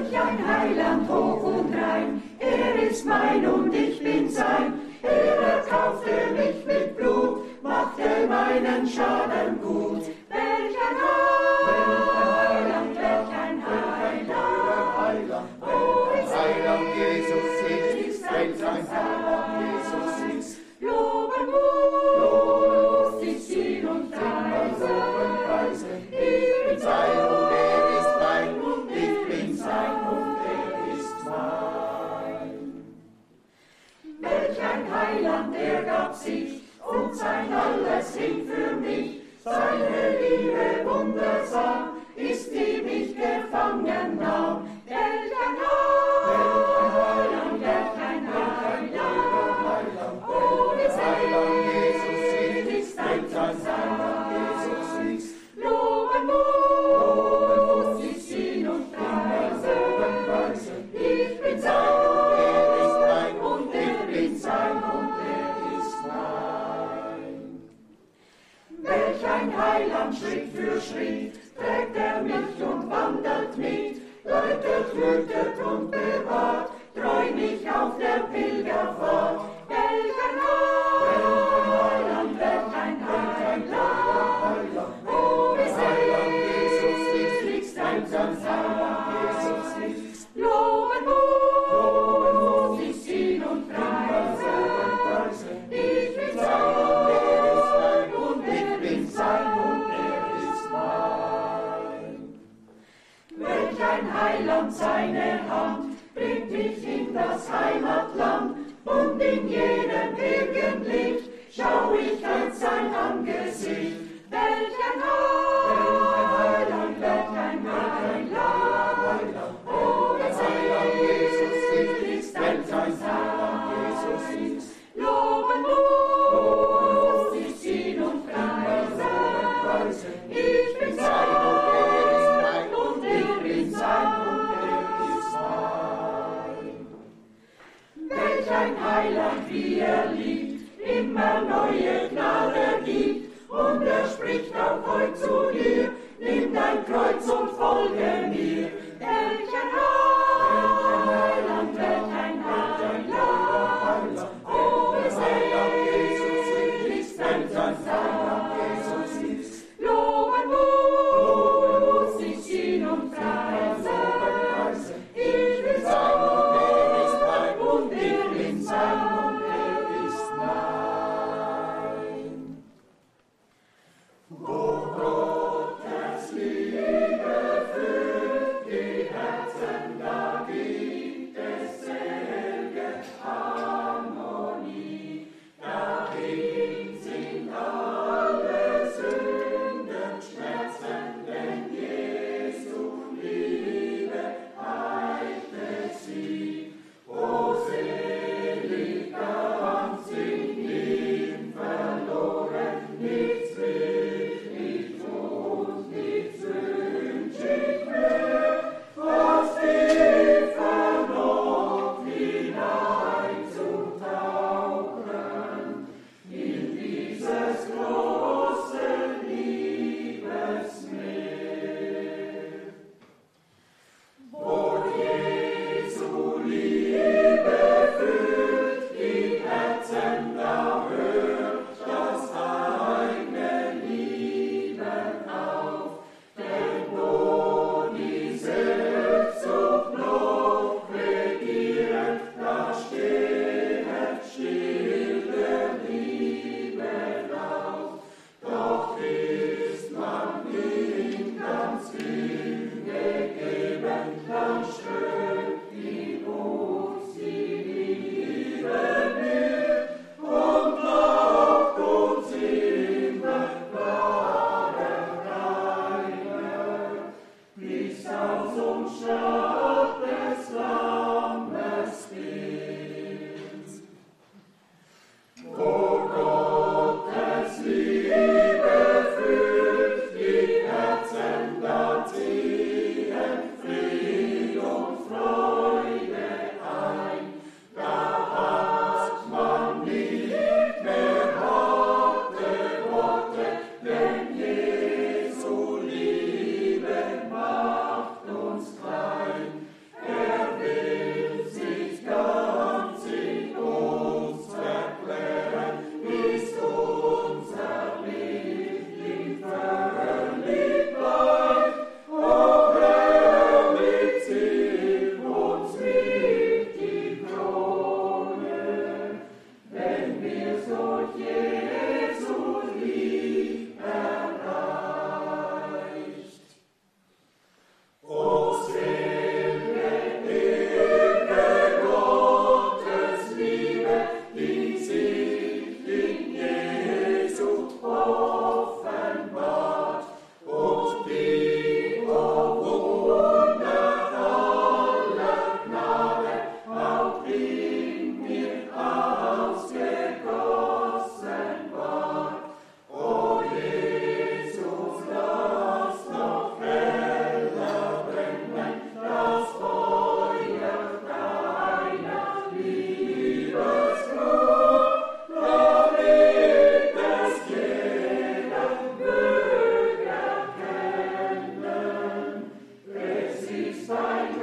Welch ein Heiland hoch und rein, er ist mein und ich bin sein. Er erkaufte mich mit Blut, machte meinen Schaden gut. Welch ein Heiland, welch ein Heiland. Oh, ist Heiland Jesus ist, welch ein Heiland Jesus ist. Loben muss ich ihn und preisen. Ich bin sein und er ist mein und ich bin sein und er ist mein. Welch ein Heiland, er gab sich und sein alles hin für mich. Seine Liebe wundersam ist, die mich gefangen nahm. Welch ein Heiland, welch ein Heiland. Oh, wie Heiland Jesus ist, ein Heiland Jesus ist. Loben muss ich ihn und preisen. Ich bin sein und er ist mein und ich bin sein und er ist mein. Welch ein Heiland Schritt für Schritt trägt er mich und wandert mit, leitet, hütet und bewahrt, treu mich auf der Pilgerfahrt. Welch ein Heiland, welch ein Heiland. Oh, wie Heiland Jesus ist, ein Heiland Jesus ist. Loben muss ich ihn und preisen. Ich bin sein und er ist mein und ich bin sein und er ist mein. Welch ein Heiland, seine Hand bringt mich in das Heimatland und in jedem Irgendlicht schau ich als sein Angesicht. Welch ein Heiland, welch ein Heiland. Oh, wie Heiland Jesus ist, ein Heiland Jesus ist. Loben muss ich ihn und preisen. Ich bin sein und er ist mein und ich bin sein und er ist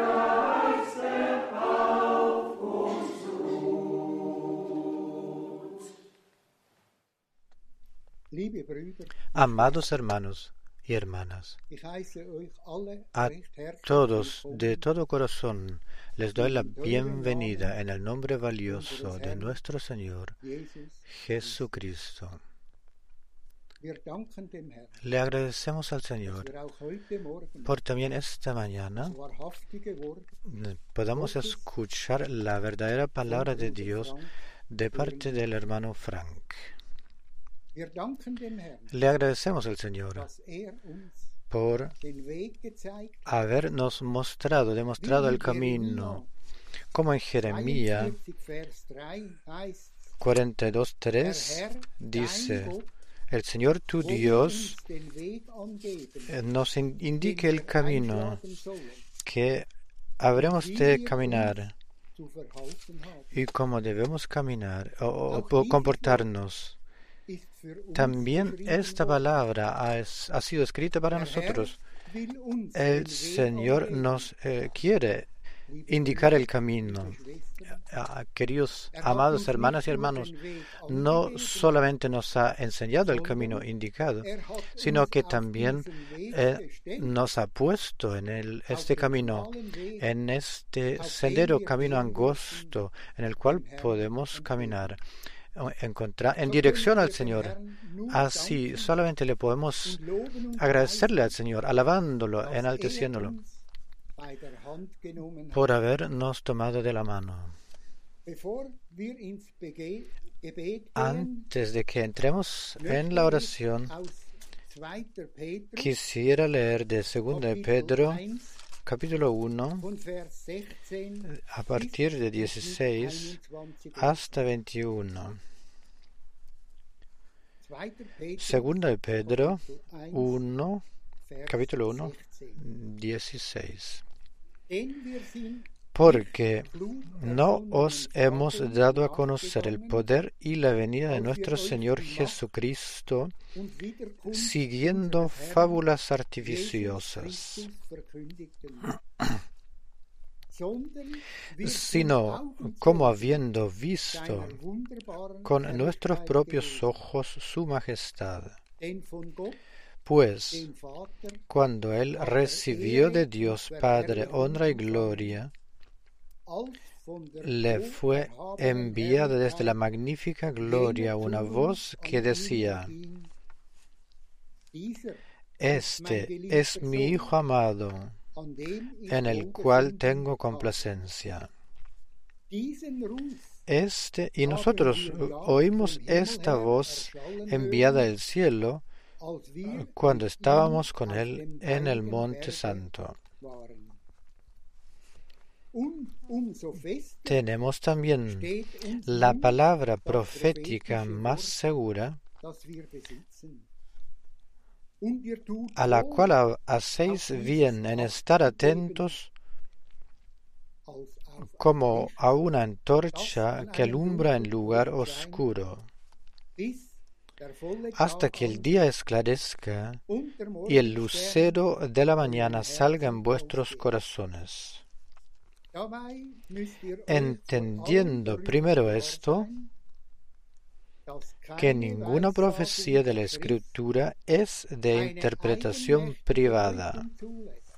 Liebe Brüder, Amados hermanos y hermanas, ich heiße euch alle a recht herzlich todos willkommen de todo corazón les doy la bienvenida en el nombre valioso de nuestro Señor Jesus. Jesucristo. Wir danken dem Herrn, Le agradecemos al dass Señor wir auch heute Morgen por también esta mañana das wahrhaftige Wort podamos escuchar la verdadera palabra de Dios Frank. de parte del hermano Frank. Wir danken dem Herrn, Le agradecemos al Señor dass uns por den Weg gezeigt habernos demostrado el camino, como en Jeremías 42, Vers 3 heißt, 42:3 dice: el Señor tu wo wir Dios uns den Weg angeben, nos indique den el wir camino einschlagen sollen, que habremos de caminar zu verhalten haben. y cómo debemos caminar o comportarnos. Ist für uns También geschrieben esta worden. palabra ha sido escrita para Der Herr nosotros. will uns El den Weg Señor angeben. nos quiere Liebe indicar el Brüder, camino. liebe Schwestern, Queridos er hat amados uns hermanas nicht y nur hermanos, den Weg no angegeben, solamente nos ha enseñado el sondern camino indicado, er hat sino uns que auf también diesen Weg gestellt, nos ha puesto en este auf den camino, schmalen Weg, en este auf sendero, dem wir camino gehen angosto, en el cual dem Herrn podemos entgegen. caminar en So dirección können al wir dem Señor. Herrn nur Así danken solamente le podemos und loben und agradecerle al preisen, Señor, alabándolo, dass enalteciéndolo, uns bei der Hand genommen por hat. habernos tomado de la mano. Bevor wir ins Gebet gehen, Antes de que entremos en la möchten oración, wir aus 2. Petrus, quisiera leer de 2 de Pedro, 1, capítulo 1, von Vers 16 a partir de bis 16 21. hasta 21. 2. Petrus, Segunda de Pedro Kapitel 1, Vers capítulo 1, 16. 16. Denn wir sind Porque klug no ersonnen os und hemos Sachen dado a conocer el nachgegangen, poder y la venida de als wir nuestro euch Señor die Macht Jesucristo, und Wiederkunft siguiendo unseres Herrn fábulas Jesus artificiosas, Christus verkündigten, sondern wir sind sino Augenzeugen como habiendo visto seiner wunderbaren con nuestros Herrlichkeit propios gewesen. ojos su majestad. Denn von Gott, Pues dem Vater, cuando él recibió de Dios Padre honra y gloria, als von der le fue erhabenen enviada desde la Herrlichkeit magnífica gloria una voz que decía: dieser Este es mi Hijo amado, an dem ich en el cual wohlgefallen tengo habe. complacencia. Diesen Ruf Y nosotros oímos esta voz enviada del cielo als wir cuando mit estábamos ihm con auf él dem en el heiligen Monte Berge Santo. waren. Und umso fester Tenemos también steht uns la nun palabra das profética prophetische más Wort, segura, das wir besitzen. Und ihr tut a la wohl, cual hacéis bien en estar atentos als auf como ein a una antorcha que alumbra en lugar oscuro, bis der volle hasta Tag que el día esclarezca und der y el Morgenstern lucero de la mañana in salga en Herzen vuestros aufgeht. corazones. Dabei müsst ihr euch Entendiendo vor allem primero darüber esto, sein, dass que keine ninguna profecía de la Weissagung der Schrift Escritura es de eine interpretación eigenmächtige privada, Deutung zulässt.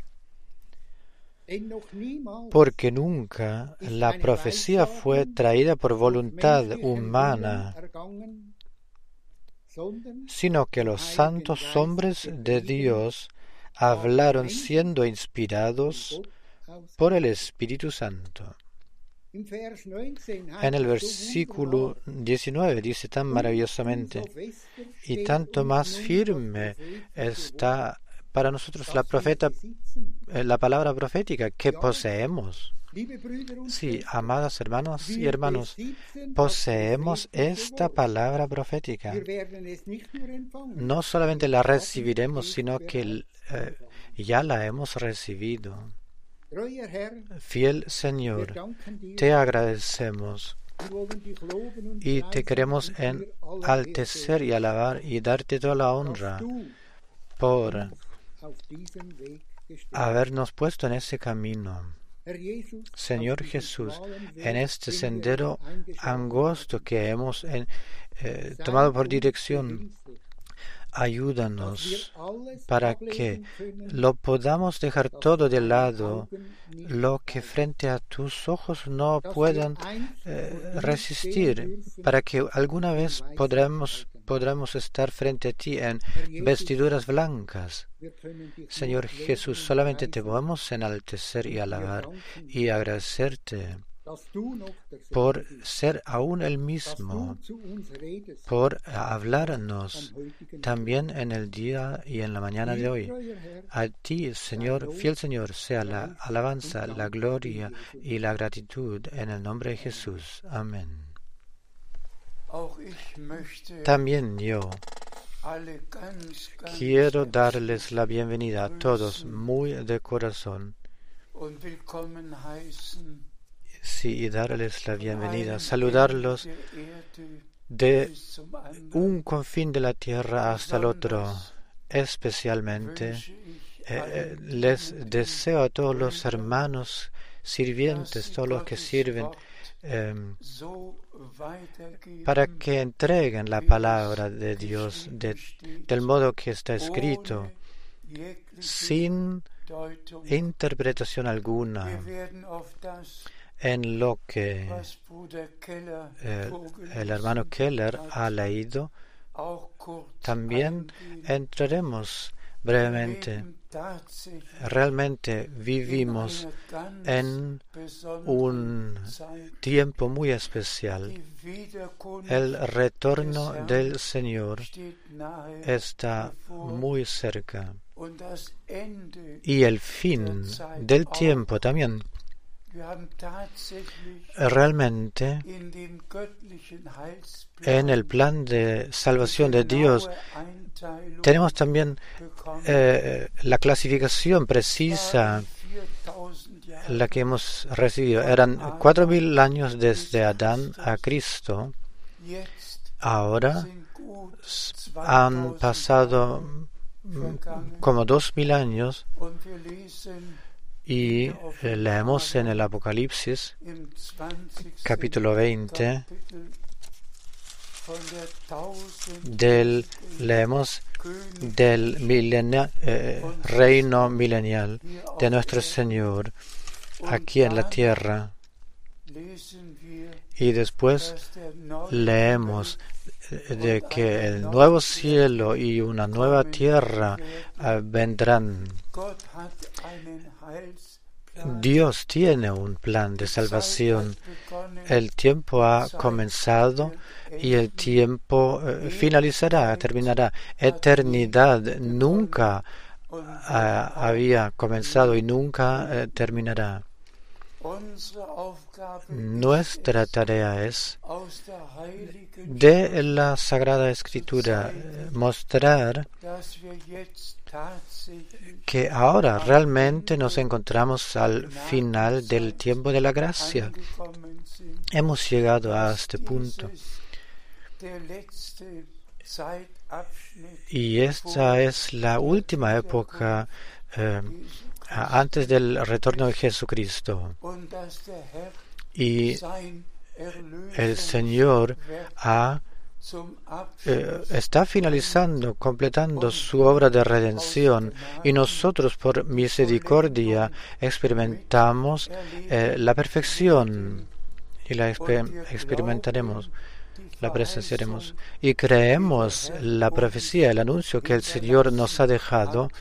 Denn noch niemals porque nunca la profecía fue traída por voluntad humana, ergangen, sondern sino que los santos hombres de Dios hablaron siendo inspirados por el Espíritu Santo. im Vers 19 En el heißt es so versículo wunderbar, 19 dice tan maravillosamente: umso fester y steht tanto uns más nun das firme prophetische está para nosotros Wort, la das wir profeta, besitzen. la palabra profética que poseemos. Liebe Brüder und Sí, Schwestern, amadas hermanos y wir hermanos, besitzen das poseemos prophetische esta Wort. palabra profética. Wir werden es nicht nur empfangen, No solamente la wir haben recibiremos, es sino que bereits empfangen. ya la hemos recibido. Treuer Herr, Fiel wir Señor, danken dir, te agradecemos wir wollen dich loben und y te preisen queremos und dir alle enaltecer y alabar y darte toda la Ehre, honra dass du por auf diesem Weg habernos puesto en ese camino. Herr Jesus, Señor auf diesem Jesús, schmalen Weg, en este den wir sendero eingeschlagen angosto que hemos haben, tomado por sei uns dirección, behilflich, dass wir ayúdanos alles para ablegen que können, lo podamos dejar das todo de deinen lado, Augen nicht lo que gefällt. frente a tus ojos no Dass wir puedan einst vor dir stehen resistir, dürfen para que alguna in vez weißen podremos estar frente a ti en Herr Jesus, vestiduras blancas. wir können dich Señor nur Jesús, loben und solamente te preisen podemos enaltecer y und dir alabar danken, y agradecerte dass du noch por derselbe bist, ser aún el dass mismo, du zu uns redest por am hablarnos heutigen Tag. también en el día y en la mañana de Dir, hoy. treuer Herr, A ti, Señor, fiel Señor, sea la alabanza, la gloria y la gratitud en el nombre de Jesús. Amén. Auch ich möchte También yo alle ganz quiero darles la bienvenida a todos muy de corazón, und willkommen heißen. sí, y darles la bienvenida, Einem saludarlos Ende der Erde de bis zum anderen. un confín de la tierra hasta el otro. Besonders Especialmente wünsche ich allen les guten deseo a todos los Brüdern, hermanos sirvientes, dass sie todos los que Gottes sirven, Wort so weitergeben, para que entreguen la wie palabra es de Dios geschrieben steht, del modo que está escrito, ohne jegliche sin Deutung. interpretación alguna Wir werden auf das, en lo que was Bruder Keller el hermano Keller ha leído. auch kurz También eingehen. entraremos Wir brevemente. leben tatsächlich Realmente in vivimos einer ganz en besonderen un Zeit. tiempo muy especial. Die Wiederkunft El retorno des Herrn del Señor steht nahe está bevor muy cerca. und das Ende. Y el fin del tiempo también. Wir haben tatsächlich Realmente in dem göttlichen Heilsplan en el plan de salvación de Dios genaue Einteilung tenemos también bekommen. la clasificación precisa, 4000 Jahre la que hemos recibido. Eran 4000 años desde Adán a Cristo. jetzt Ahora sind gut han 2000 pasado vergangen como 2000 años und wir lesen y leemos en el Apocalipsis im 20. capítulo 20 Kapitel von der leemos König del reino milenial de nuestro Señor aquí en la tierra, lesen wir, y después dass der neue leemos de que el nuevo cielo y una nueva tierra vendrán. Gott hat einen Heilsplan. Dios tiene un plan de salvación. Begonnen, El tiempo ha comenzado y el tiempo finalizará, terminará. Eternidad nunca había comenzado y nunca terminará. unsere Aufgabe Nuestra tarea es aus der heiligen de la Sagrada Escritura mostrar dass wir jetzt tatsächlich que ahora realmente nos encontramos al final del tiempo de la gracia. angekommen sind. Hemos llegado a este punto. Dieses, der letzte Zeitabschnitt Y esta es la última época antes del retorno de Jesucristo. und dass der Herr Y sein el Señor zum Abschluss está finalizando, completando su obra de redención, y nosotros por misericordia experimentamos la perfección y la experimentaremos, la presenciaremos, y creemos la profecía, el anuncio que el Señor nos ha dejado.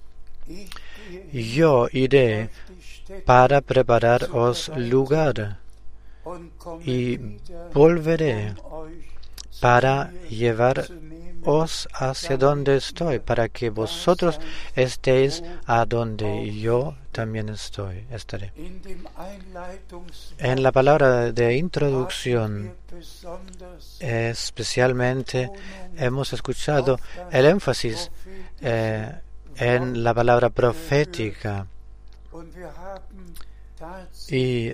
Yo iré para prepararos lugar y volveré para llevaros hacia donde estoy, para que vosotros estéis a donde yo también estaré. En la palabra de introducción, especialmente hemos escuchado el énfasis en la palabra profética, y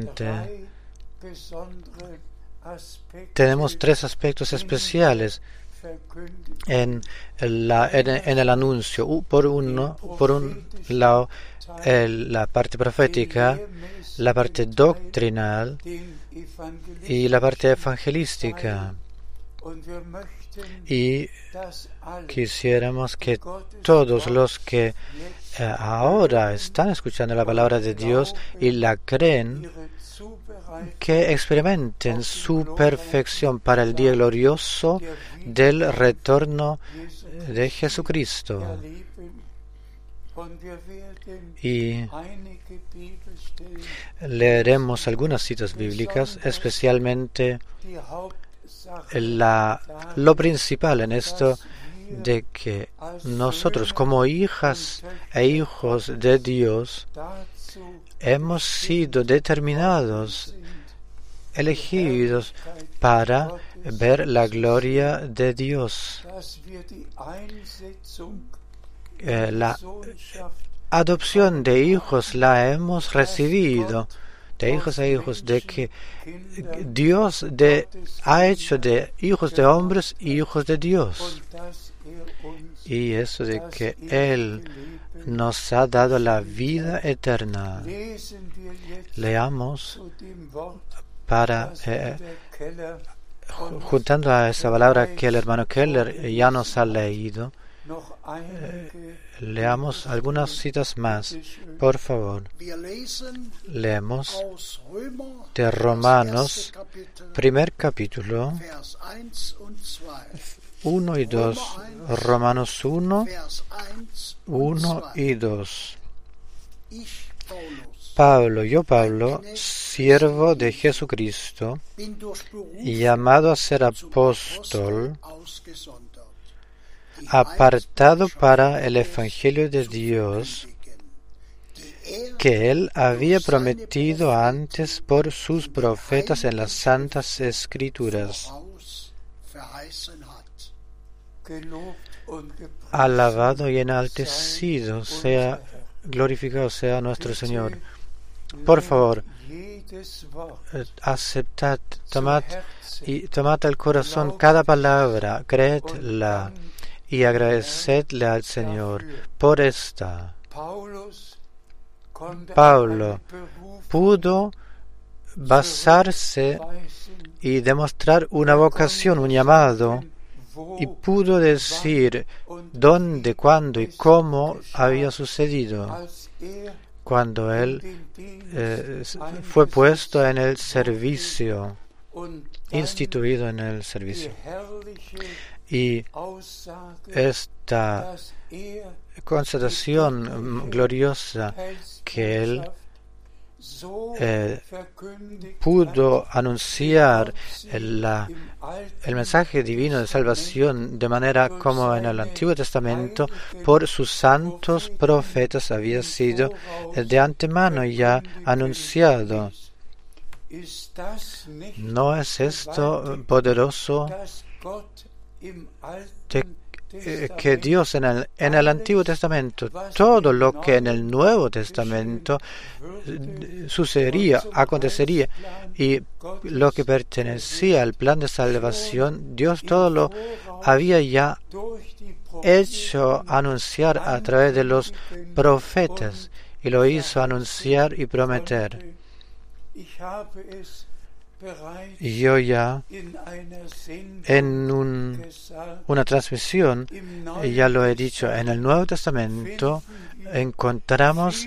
realmente tenemos tres aspectos especiales. en el anuncio. Por un lado, la parte profética, la parte doctrinal y la parte evangelística. Y quisiéramos que todos los que ahora están escuchando la palabra de Dios y la creen, que experimenten su perfección para el día glorioso del retorno de Jesucristo. Y leeremos algunas citas bíblicas, especialmente lo principal en esto, de que nosotros como hijas e hijos de Dios hemos sido determinados, elegidos para ver la gloria de Dios. La adopción de hijos la hemos recibido, de hijos e hijos, de que Dios ha hecho de hijos de hombres hijos de Dios. Y eso de que Él nos ha dado la vida eterna. Leamos para, juntando a esa palabra que el hermano Keller ya nos ha leído, leamos algunas citas más, por favor. Leemos de Romanos, primer capítulo, 1 y 2. Romanos 1, 1 y 2. Pablo, siervo de Jesucristo, llamado a ser apóstol, apartado para el Evangelio de Dios, que Él había prometido antes por sus profetas en las Santas Escrituras. Alabado y enaltecido sea, glorificado sea nuestro Señor. Por favor, aceptad, tomad al corazón cada palabra, creedla y agradecedle al Señor por esta. Pablo pudo basarse y demostrar una vocación, un llamado, y pudo decir dónde, cuándo y cómo había sucedido cuando él fue puesto en el servicio, instituido en el servicio. Y esta constatación gloriosa que él pudo anunciar el mensaje divino de salvación de manera como en el Antiguo Testamento por sus santos profetas había sido de antemano ya anunciado. ¿No es esto poderoso que Dios en el Antiguo Testamento, todo lo que en el Nuevo Testamento sucedería, acontecería, y lo que pertenecía al plan de salvación, Dios todo lo había ya hecho anunciar a través de los profetas, y lo hizo anunciar y prometer. Yo ya en una transmisión, ya lo he dicho, en el Nuevo Testamento encontramos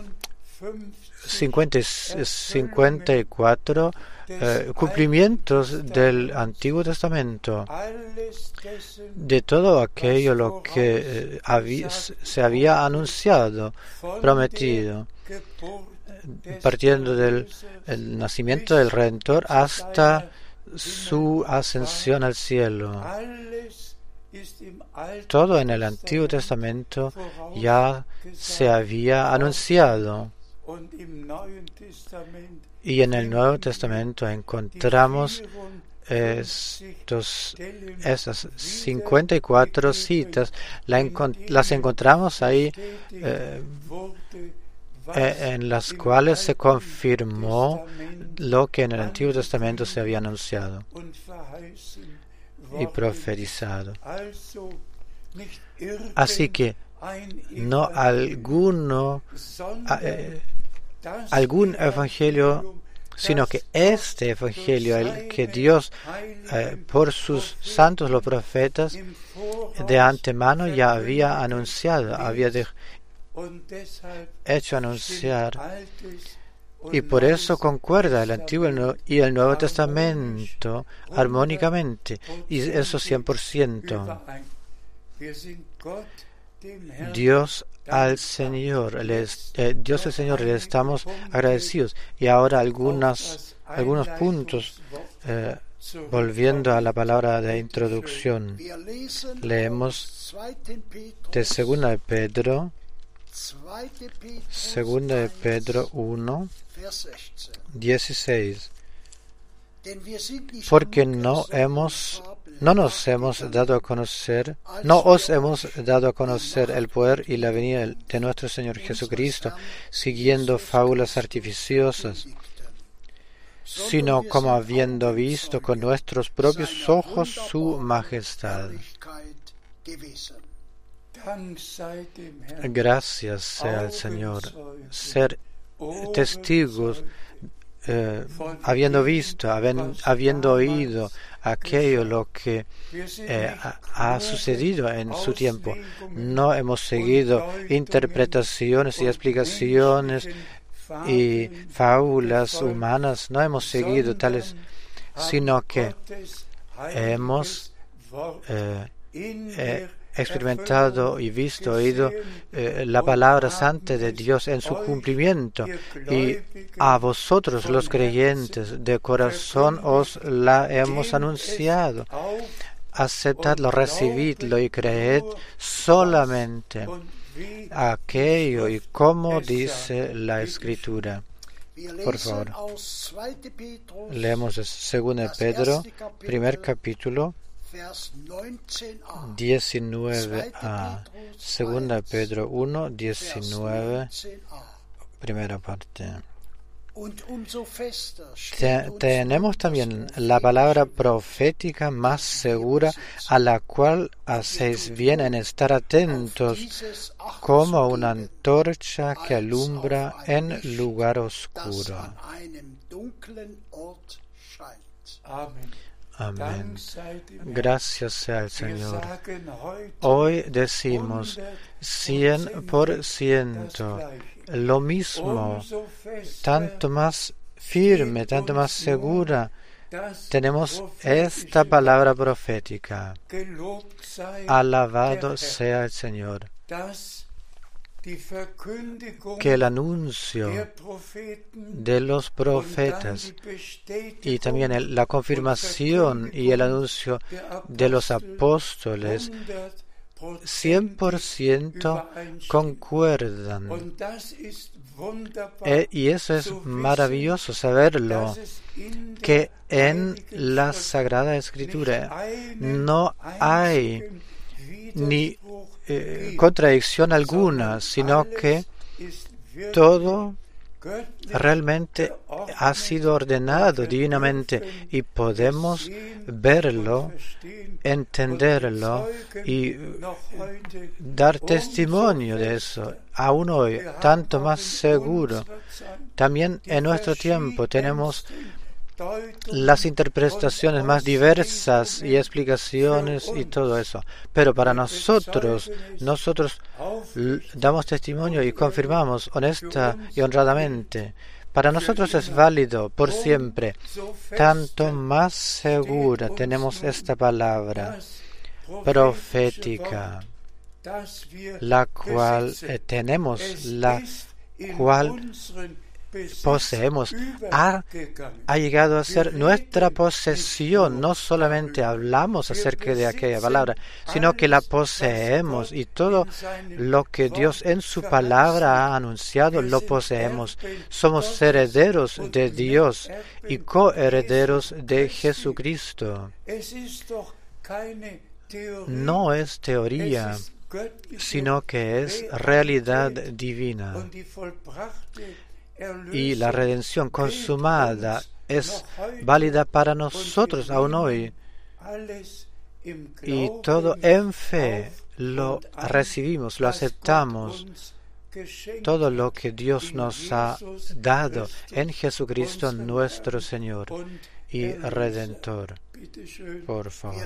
54 cumplimientos del Antiguo Testamento, de todo aquello lo que se había anunciado, prometido, partiendo del nacimiento del Redentor hasta su ascensión al cielo. Todo en el Antiguo Testamento ya se había anunciado. Y en el Nuevo Testamento encontramos esas 54 citas, las encontramos ahí en las cuales se confirmó lo que en el Antiguo Testamento se había anunciado. y profetizado. Así que no algún evangelio, sino que este evangelio, el que Dios por sus santos los profetas de antemano ya había anunciado, había hecho anunciar, y por eso concuerda el Antiguo y el Nuevo Testamento armónicamente, y eso 100%. Dios al Señor, Dios el Señor, le estamos agradecidos. Y ahora algunos puntos, volviendo a la palabra de introducción. Leemos de 2 de Pedro 1, 16. Porque no os hemos dado a conocer el poder y la venida de nuestro Señor Jesucristo, siguiendo fábulas artificiosas, sino como habiendo visto con nuestros propios ojos su majestad. Gracias sea al Señor. Ser testigos, habiendo visto, habiendo oído aquello lo que ha sucedido en su tiempo. No hemos seguido interpretaciones y explicaciones y fábulas humanas, no hemos seguido tales, sino que hemos experimentado y visto, oído la palabra santa de Dios en su cumplimiento, y a vosotros los creyentes de corazón os la hemos anunciado. Aceptadlo, recibidlo y creed solamente aquello y como dice la Escritura. Por favor, leemos de 2 de Pedro, primer capítulo, 19a. 2 Pedro 1, 19, primera parte. Tenemos también la palabra profética más segura, a la cual hacéis bien en estar atentos, como una antorcha que alumbra en lugar oscuro. Amén. Gracias sea al Señor. Hoy decimos 100% lo mismo, tanto más firme, tanto más segura. Tenemos esta palabra profética. Alabado sea el Señor. Que el anuncio de los profetas y también la confirmación y el anuncio de los apóstoles 100% concuerdan. Y eso es maravilloso saberlo, que en la Sagrada Escritura no hay ni contradicción alguna, sino que todo realmente ha sido ordenado divinamente y podemos verlo, entenderlo y dar testimonio de eso. Aún hoy, tanto más seguro. También en nuestro tiempo tenemos las interpretaciones más diversas y explicaciones y todo eso. Pero para nosotros damos testimonio y confirmamos honesta y honradamente. Para nosotros es válido por siempre. Tanto más segura tenemos esta palabra profética, la cual tenemos, la cual poseemos, ha llegado a ser nuestra posesión. No solamente hablamos acerca de aquella palabra, sino que la poseemos, y todo lo que Dios en su palabra ha anunciado lo poseemos. Somos herederos de Dios y coherederos de Jesucristo. No es teoría, sino que es realidad divina. Y la redención consumada es válida para nosotros aún hoy. y todo en fe lo recibimos, lo aceptamos. Todo lo que Dios nos ha dado en Jesucristo nuestro Señor y Redentor. Por favor.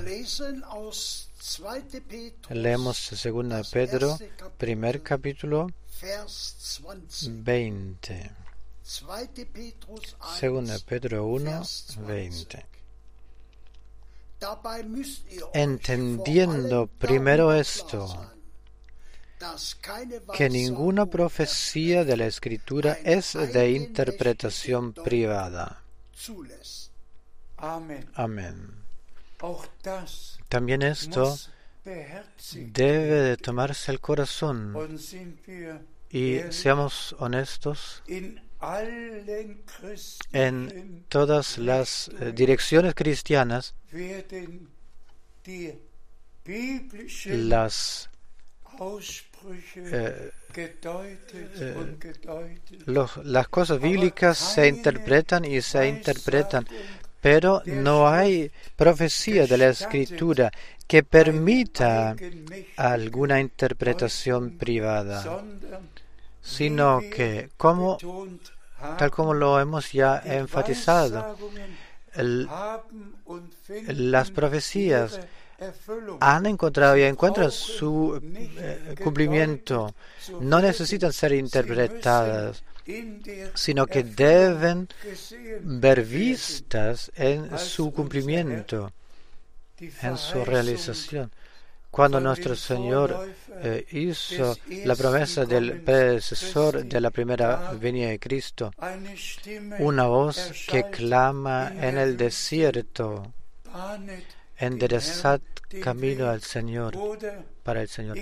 Leemos 2 Pedro, primer capítulo, 20. 2 Pedro 1, 20. Entendiendo primero esto, que ninguna profecía de la Escritura es de interpretación privada. Amén. También esto debe de tomarse el corazón y seamos honestos en todas las direcciones cristianas. Las cosas bíblicas se interpretan y se interpretan, pero no hay profecía de la Escritura que permita alguna interpretación privada, sino que, tal como lo hemos ya enfatizado, las profecías han encontrado y encuentran su cumplimiento. No necesitan ser interpretadas, sino que deben ver vistas en su cumplimiento, en su realización. Cuando nuestro Señor hizo la promesa del predecesor de la primera venida de Cristo, una voz que clama en el desierto: enderezad camino al Señor, para el Señor.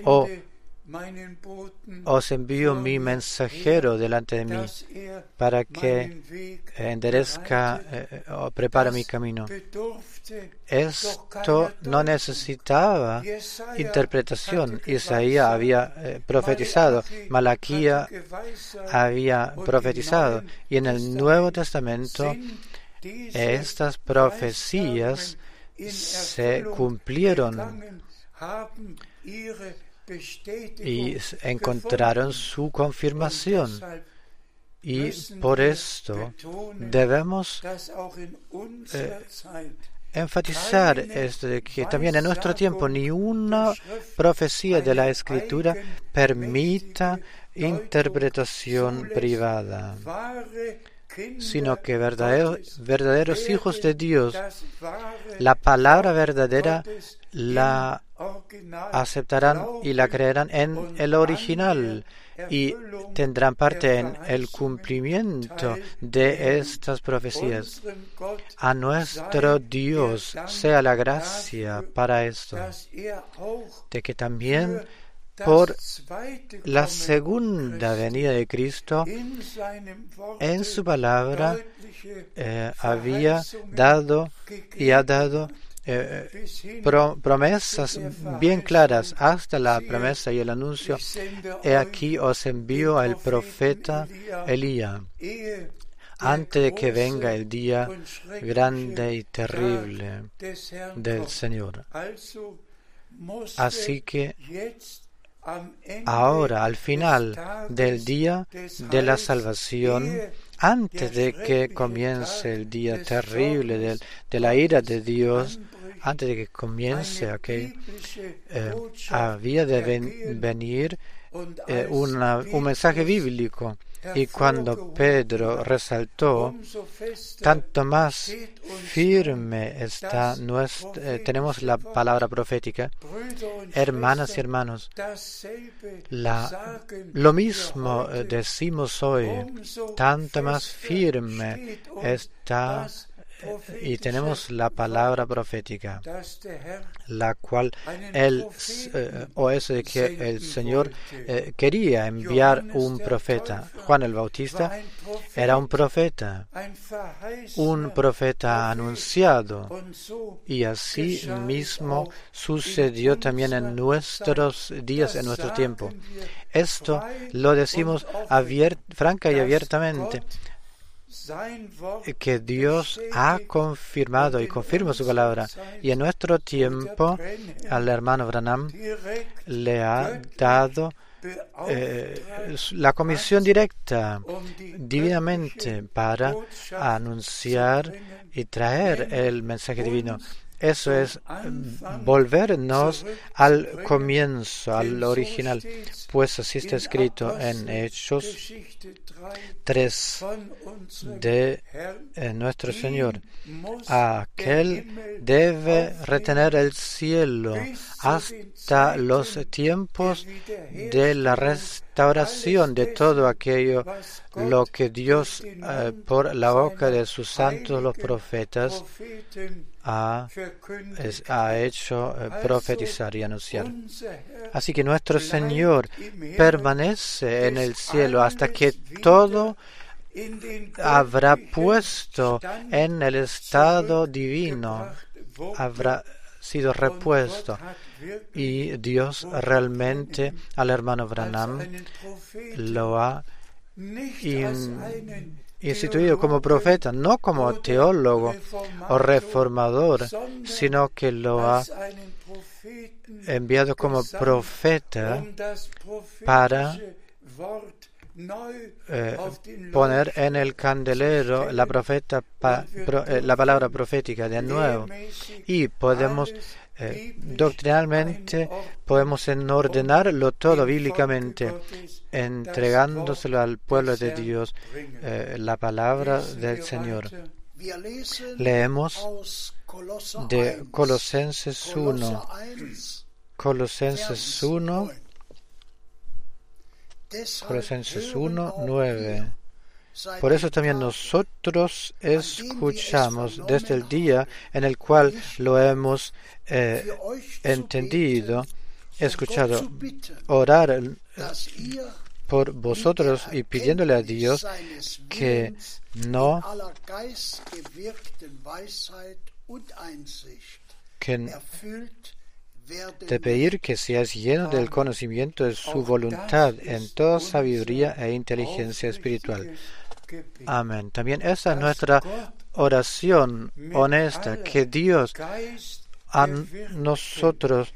Os envío mi mensajero delante de mí para que enderezca o prepare mi camino. Esto no necesitaba interpretación. Isaías había profetizado, Malaquías había profetizado, y en el Nuevo Testamento estas profecías se cumplieron y encontraron su confirmación. Y por esto debemos enfatizar esto de que también en nuestro tiempo ni una profecía de la Escritura permita interpretación privada, sino que verdaderos hijos de Dios, la palabra verdadera la aceptarán y la creerán en el original y tendrán parte en el cumplimiento de estas profecías. A nuestro Dios sea la gracia para esto, de que también por la segunda venida de Cristo, en su palabra había dado y ha dado promesas bien claras, hasta la promesa y el anuncio: he aquí os envío al profeta Elías, antes de que venga el día grande y terrible del Señor. Así que ahora, al final del día de la salvación, antes de que comience el día terrible de la ira de Dios, antes de que comience aquel, había de venir un mensaje bíblico. Y cuando Pedro resaltó, tanto más firme está tenemos la palabra profética. Hermanas y hermanos, lo mismo decimos hoy, tanto más firme está y tenemos la palabra profética, la cual es de que el Señor quería enviar un profeta. Juan el Bautista era un profeta anunciado, y así mismo sucedió también en nuestros días, en nuestro tiempo. Esto lo decimos franca y abiertamente, que Dios ha confirmado y confirma su palabra. Y en nuestro tiempo al hermano Branham le ha dado la comisión directa divinamente para anunciar y traer el mensaje divino. Eso es volvernos al comienzo, al original, pues así está escrito en Hechos 3 de nuestro Señor. Aquel debe retener el cielo hasta los tiempos de la restauración de todo aquello lo que Dios por la boca de sus santos los profetas ha hecho profetizar y anunciar. Así que nuestro Señor permanece en el cielo hasta que todo habrá puesto en el estado divino, habrá sido repuesto. Y Dios realmente al hermano Branham lo ha instituido como profeta, no como teólogo o reformador, sino que lo ha enviado como profeta para poner en el candelero la palabra profética de nuevo. Y podemos doctrinalmente podemos ordenarlo todo bíblicamente, entregándoselo al pueblo de Dios, la palabra del Señor. Leemos de Colosenses 1, Colosenses 1, 9. Por eso también nosotros escuchamos desde el día en el cual lo hemos entendido, escuchado, orar por vosotros y pidiéndole a Dios que no de pedir que seas lleno del conocimiento de su voluntad en toda sabiduría e inteligencia espiritual. Amén. También esa es nuestra oración honesta, que Dios a nosotros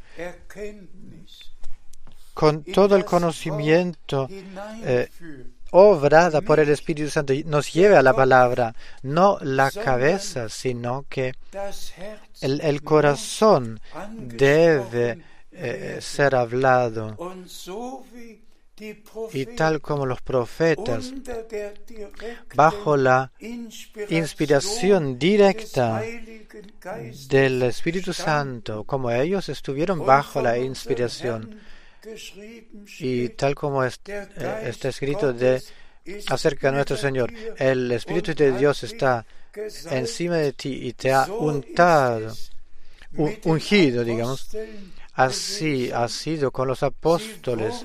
con todo el conocimiento obrada por el Espíritu Santo nos lleve a la palabra, no la cabeza, sino que el corazón debe ser hablado. Y tal como los profetas, bajo la inspiración directa del Espíritu Santo, como ellos estuvieron bajo la inspiración, y tal como está escrito acerca de nuestro Señor, el Espíritu de Dios está encima de ti y te ha ungido, digamos. Así ha sido con los apóstoles.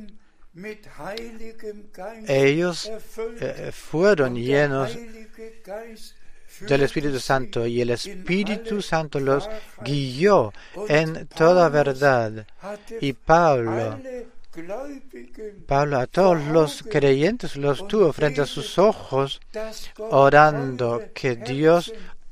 Ellos fueron llenos del Espíritu Santo y el Espíritu Santo los guió en toda verdad. Y Pablo a todos los creyentes los tuvo frente a sus ojos, orando que Dios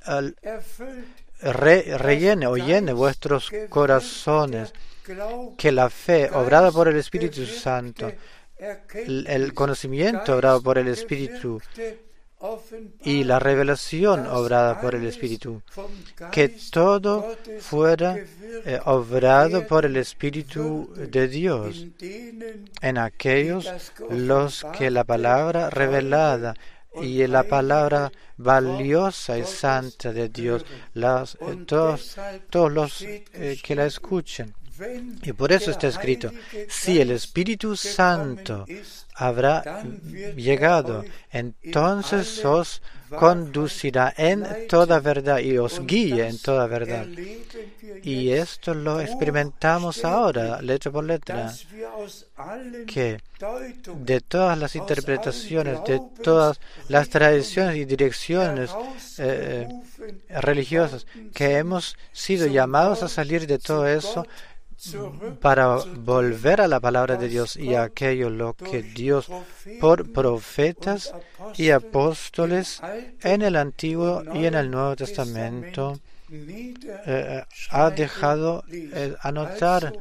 rellene o llene vuestros corazones, que la fe obrada por el Espíritu Santo, el conocimiento obrado por el Espíritu y la revelación obrada por el Espíritu, que todo fuera obrado por el Espíritu de Dios en aquellos los que la palabra revelada y la palabra valiosa y santa de Dios, todos los que la escuchen. Y por eso está escrito, si el Espíritu Santo habrá llegado, entonces os conducirá en toda verdad y os guíe en toda verdad. Y esto lo experimentamos ahora, letra por letra, que de todas las interpretaciones, de todas las tradiciones y direcciones religiosas, que hemos sido llamados a salir de todo eso, para volver a la palabra de Dios y a aquello lo que Dios por profetas y apóstoles en el Antiguo y en el Nuevo Testamento ha dejado anotar.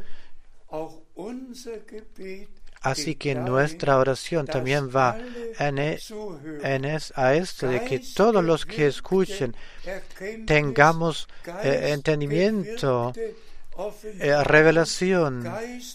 Así que nuestra oración también va a esto de que todos los que escuchen tengamos entendimiento, revelación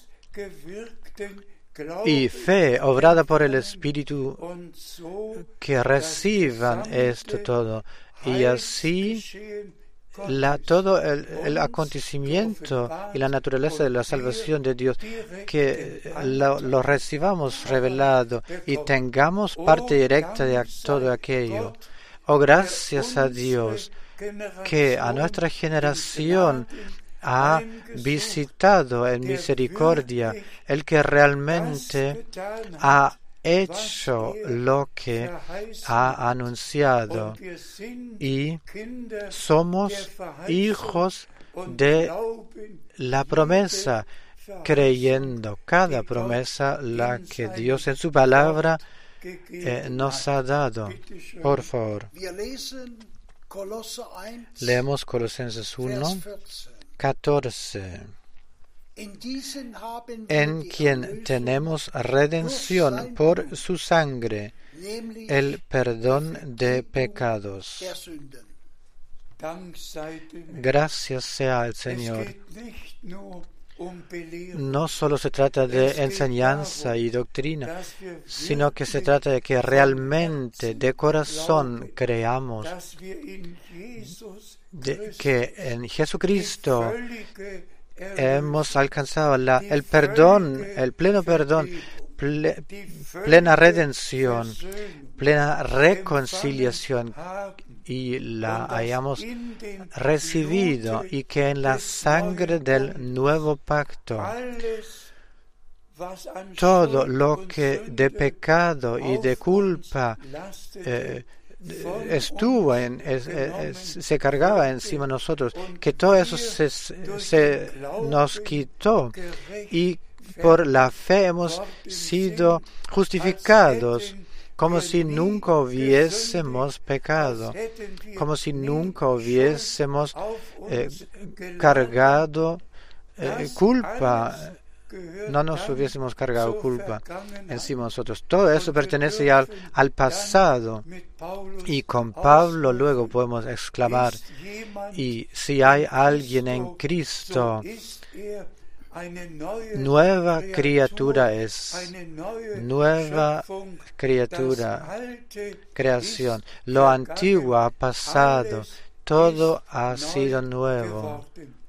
y fe obrada por el Espíritu, que reciban esto todo. Y así todo el acontecimiento y la naturaleza de la salvación de Dios, que lo recibamos revelado y tengamos parte directa de todo aquello. Oh, gracias a Dios que a nuestra generación ha visitado en misericordia, el que realmente ha hecho lo que ha anunciado, y somos hijos de la promesa, creyendo cada promesa la que Dios en su palabra nos ha dado. Por favor, leemos Colosenses 1, 14. En quien tenemos redención por su sangre, el perdón de pecados. Gracias sea al Señor. No solo se trata de enseñanza y doctrina, sino que se trata de que realmente de corazón creamos que en Jesucristo hemos alcanzado el perdón, el pleno perdón, plena redención, plena reconciliación, y la hayamos recibido, y que en la sangre del nuevo pacto todo lo que de pecado y de culpa se cargaba encima de nosotros, que todo eso se nos quitó, y por la fe hemos sido justificados, como si nunca hubiésemos pecado, como si nunca hubiésemos cargado culpa. No nos hubiésemos cargado culpa encima de nosotros. Todo eso pertenece ya al pasado. Y con Pablo luego podemos exclamar: y si hay alguien en Cristo, nueva criatura es, nueva criatura, creación. Lo antiguo ha pasado, todo ha sido nuevo.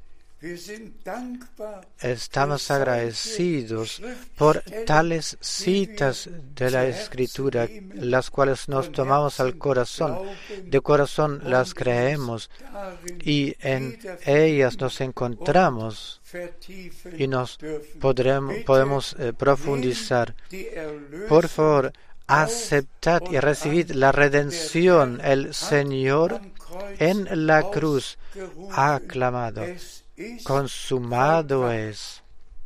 Estamos agradecidos por tales citas de la Escritura, las cuales nos tomamos al corazón. De corazón las creemos, y en ellas nos encontramos y nos podemos profundizar. Por favor, aceptad y recibid la redención. El Señor en la cruz ha aclamado: consumado es.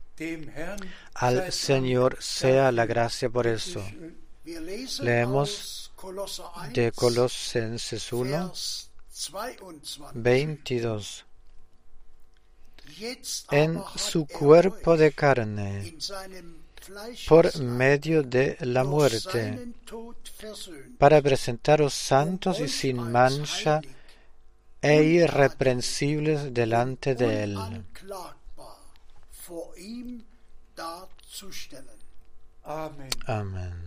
Al Señor sea la gracia por eso. Leemos de Colosenses 1, 22. En su cuerpo de carne, por medio de la muerte, para presentaros santos y sin mancha e irreprensibles delante de Él. Amén.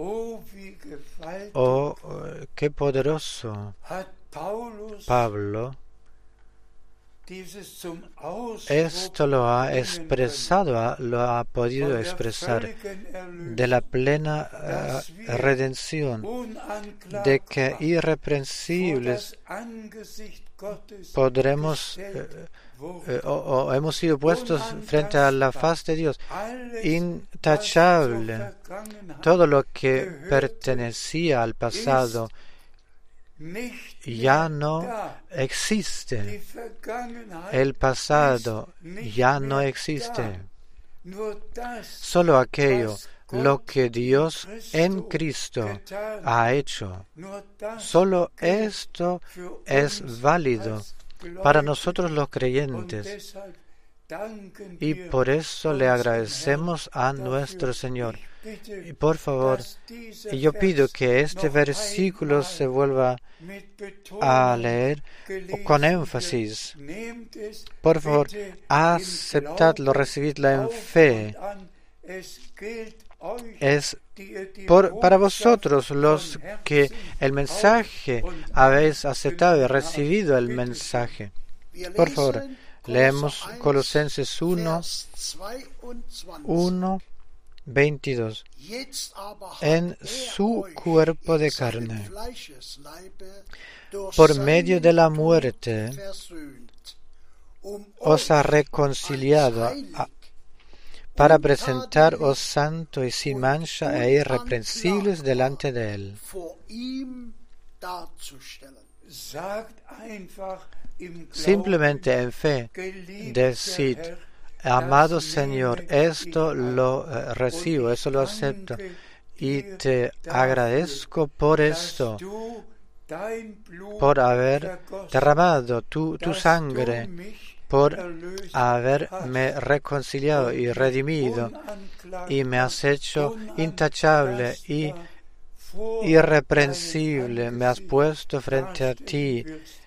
Oh, qué poderoso Pablo esto lo ha expresado, lo ha podido expresar, de la plena redención, de que irreprensibles podremos o hemos sido puestos frente a la faz de Dios, intachable. Todo lo que pertenecía al pasado ya no existe. El pasado ya no existe. Solo aquello, lo que Dios en Cristo ha hecho, solo esto es válido para nosotros los creyentes. Y por eso le agradecemos a nuestro Señor. Y por favor, yo pido que este versículo se vuelva a leer con énfasis. Por favor, aceptadlo, recibidlo en fe. Es para vosotros los que el mensaje habéis aceptado y recibido el mensaje. Por favor, leemos Colosenses 1:22. En su cuerpo de carne, por medio de la muerte, os ha reconciliado para presentaros santos y sin mancha e irreprensibles delante de Él. Simplemente en fe, decid: amado Señor, esto lo recibo, eso lo acepto, y te agradezco por esto, por haber derramado tu sangre, por haberme reconciliado y redimido, y me has hecho intachable y irreprensible, me has puesto frente a ti.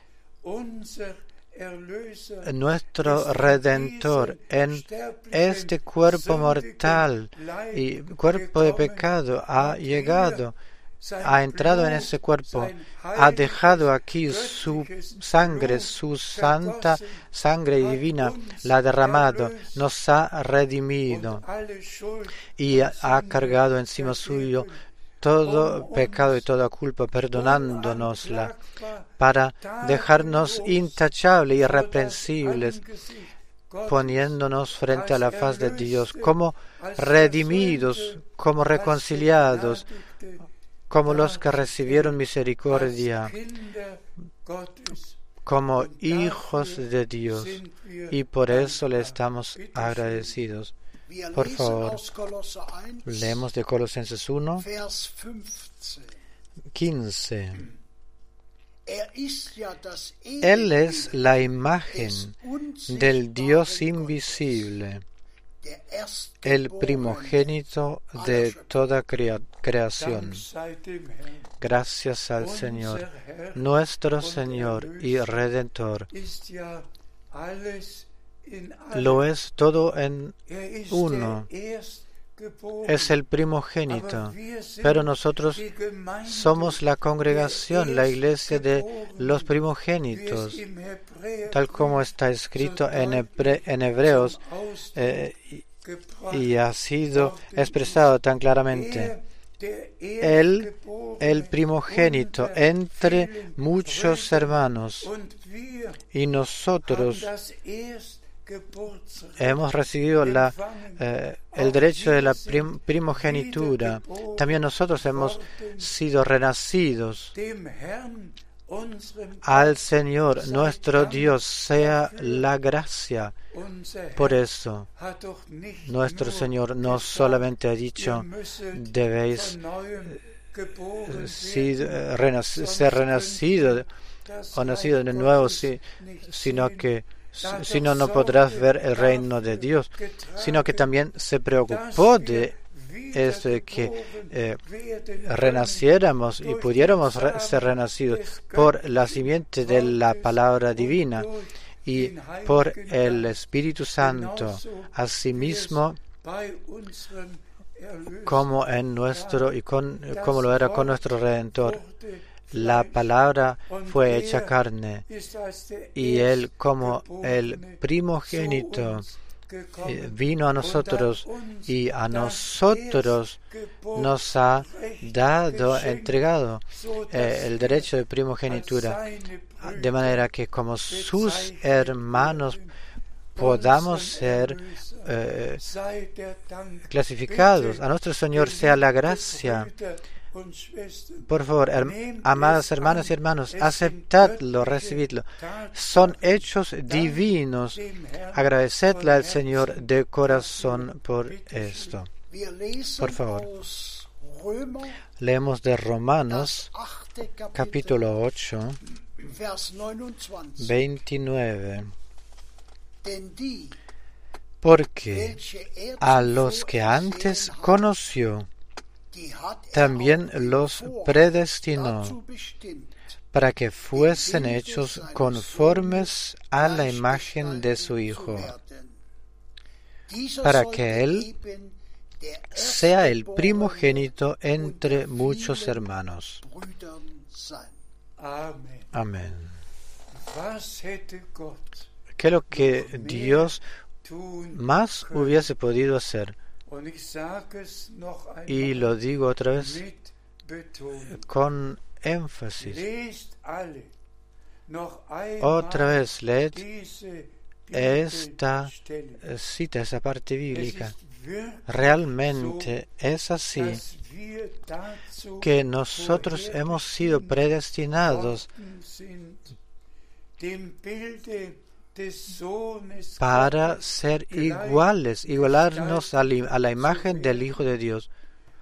Nuestro Redentor en este cuerpo mortal y cuerpo de pecado ha llegado, ha entrado en ese cuerpo, ha dejado aquí su sangre, su santa sangre divina, la ha derramado, nos ha redimido y ha cargado encima suyo todo pecado y toda culpa, perdonándonosla, para dejarnos intachables y irreprensibles, poniéndonos frente a la faz de Dios, como redimidos, como reconciliados, como los que recibieron misericordia, como hijos de Dios, y por eso le estamos agradecidos. Por favor, leemos de Colosenses 1:15. Él es la imagen del Dios invisible, el primogénito de toda creación. Gracias al Señor, nuestro Señor y Redentor. Lo es todo en uno. Es el primogénito, pero nosotros somos la congregación, la iglesia de los primogénitos, tal como está escrito en Hebreos, y ha sido expresado tan claramente. Él, el primogénito entre muchos hermanos, y nosotros hemos recibido el derecho de la primogenitura. También nosotros hemos sido renacidos. Al Señor, nuestro Dios, sea la gracia. Por eso, nuestro Señor no solamente ha dicho: debéis ser renacido o nacido de nuevo, sino que si no, no podrás ver el reino de Dios, sino que también se preocupó de esto, de que renaciéramos y pudiéramos ser renacidos por la simiente de la palabra divina y por el Espíritu Santo, asimismo como en nuestro y como lo era con nuestro Redentor. La palabra fue hecha carne, y Él, como el primogénito, vino a nosotros, y a nosotros nos ha entregado el derecho de primogenitura, de manera que como sus hermanos podamos ser clasificados. A nuestro Señor sea la gracia. Por favor, amadas hermanas y hermanos, aceptadlo, recibidlo. Son hechos divinos. Agradecedle al Señor de corazón por esto. Por favor. Leemos de Romanos, capítulo 8, 29. Porque a los que antes conoció, también los predestinó para que fuesen hechos conformes a la imagen de su Hijo, para que Él sea el primogénito entre muchos hermanos. Amén. ¿Qué es lo que Dios más hubiese podido hacer? Y lo digo otra vez con énfasis. Otra vez, leed esta cita, esa parte bíblica. Realmente es así que nosotros hemos sido predestinados para ser iguales, igualarnos a la imagen del Hijo de Dios,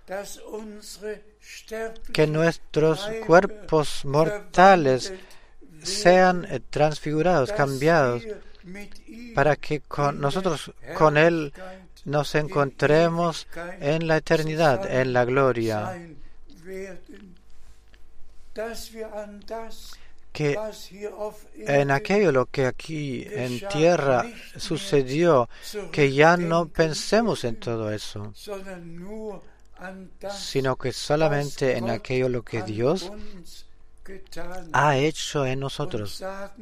que nuestros cuerpos mortales sean transfigurados, cambiados, para que nosotros con Él nos encontremos en la eternidad, en la gloria, que en aquello lo que aquí en tierra sucedió, que ya no pensemos en todo eso, sino que solamente en aquello lo que Dios ha hecho en nosotros.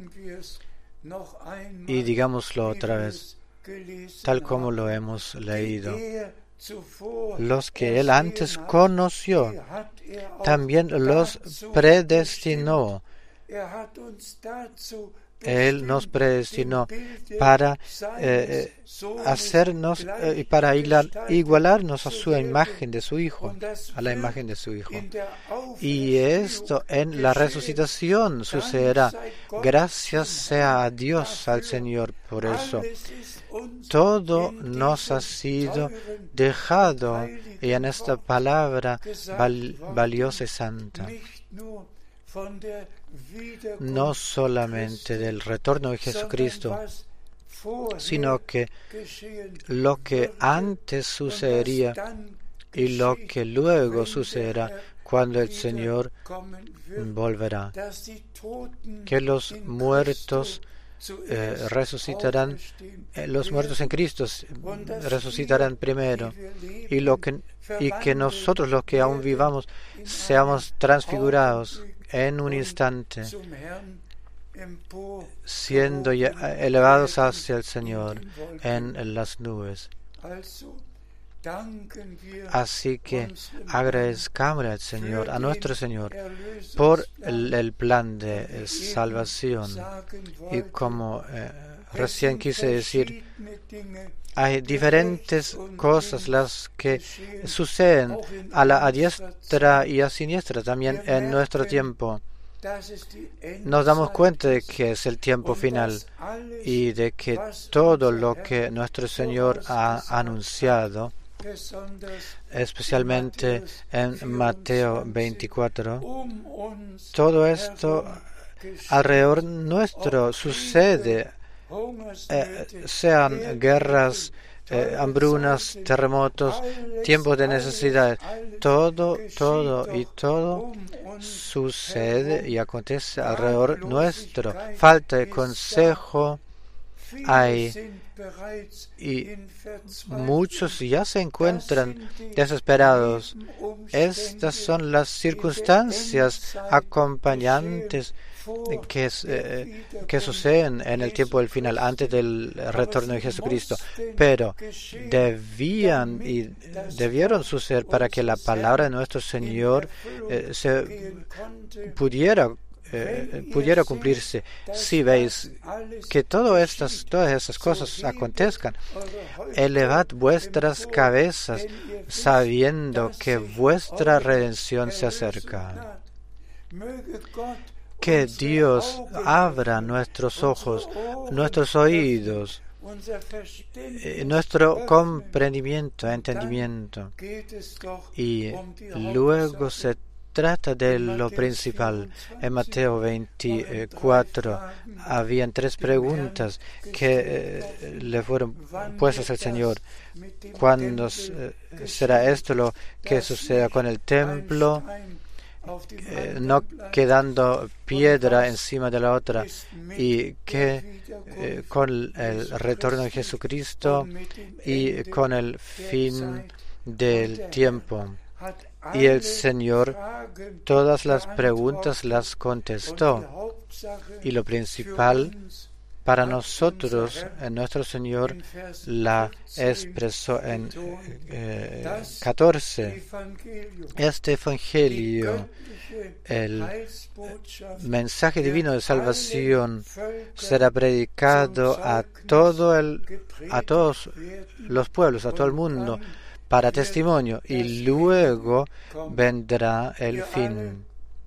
Y digámoslo otra vez, tal como lo hemos leído. Los que Él antes conoció, también los predestinó. Él nos predestinó para hacernos y para igualarnos a su imagen de su Hijo, a la imagen de su Hijo. Y esto en la resucitación sucederá. Gracias sea a Dios, al Señor, por eso. Todo nos ha sido dejado, y en esta palabra valiosa y santa, no solamente del retorno de Jesucristo, sino que lo que antes sucedería y lo que luego sucederá cuando el Señor volverá, que los muertos resucitarán, los muertos en Cristo resucitarán primero, y que nosotros, los que aún vivamos, seamos transfigurados en un instante, siendo elevados hacia el Señor en las nubes. Así que agradezcámosle al Señor, a nuestro Señor, por el plan de salvación. Y como recién quise decir, hay diferentes cosas las que suceden a diestra y a siniestra también en nuestro tiempo. Nos damos cuenta de que es el tiempo final y de que todo lo que nuestro Señor ha anunciado, especialmente en Mateo 24, todo esto alrededor nuestro sucede, sean guerras, hambrunas, terremotos, tiempos de necesidad, todo sucede y acontece alrededor nuestro. Falta de consejo hay, y muchos ya se encuentran desesperados. Estas son las circunstancias acompañantes que suceden en el tiempo del final, antes del retorno de Jesucristo, pero debieron suceder para que la palabra de nuestro Señor se pudiera pudiera cumplirse si veis que todas estas cosas acontezcan. Elevad vuestras cabezas sabiendo que vuestra redención se acerca. Que Dios abra nuestros ojos, nuestros oídos, nuestro comprendimiento, entendimiento. Y luego se trata de lo principal. En Mateo 24 habían 3 preguntas que le fueron puestas al Señor. ¿Cuándo será esto lo que suceda con el templo? No quedando piedra encima de la otra, y que con el retorno de Jesucristo y con el fin del tiempo. Y el Señor todas las preguntas las contestó, y lo principal para nosotros, nuestro Señor la expresó en 14. Este Evangelio, el mensaje divino de salvación, será predicado a todos los pueblos, a todo el mundo, para testimonio, y luego vendrá el fin.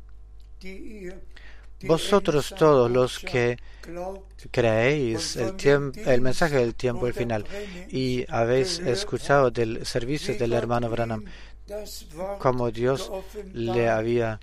Vosotros todos los que creéis el mensaje del tiempo del final y habéis escuchado del servicio del hermano Branham, como Dios le había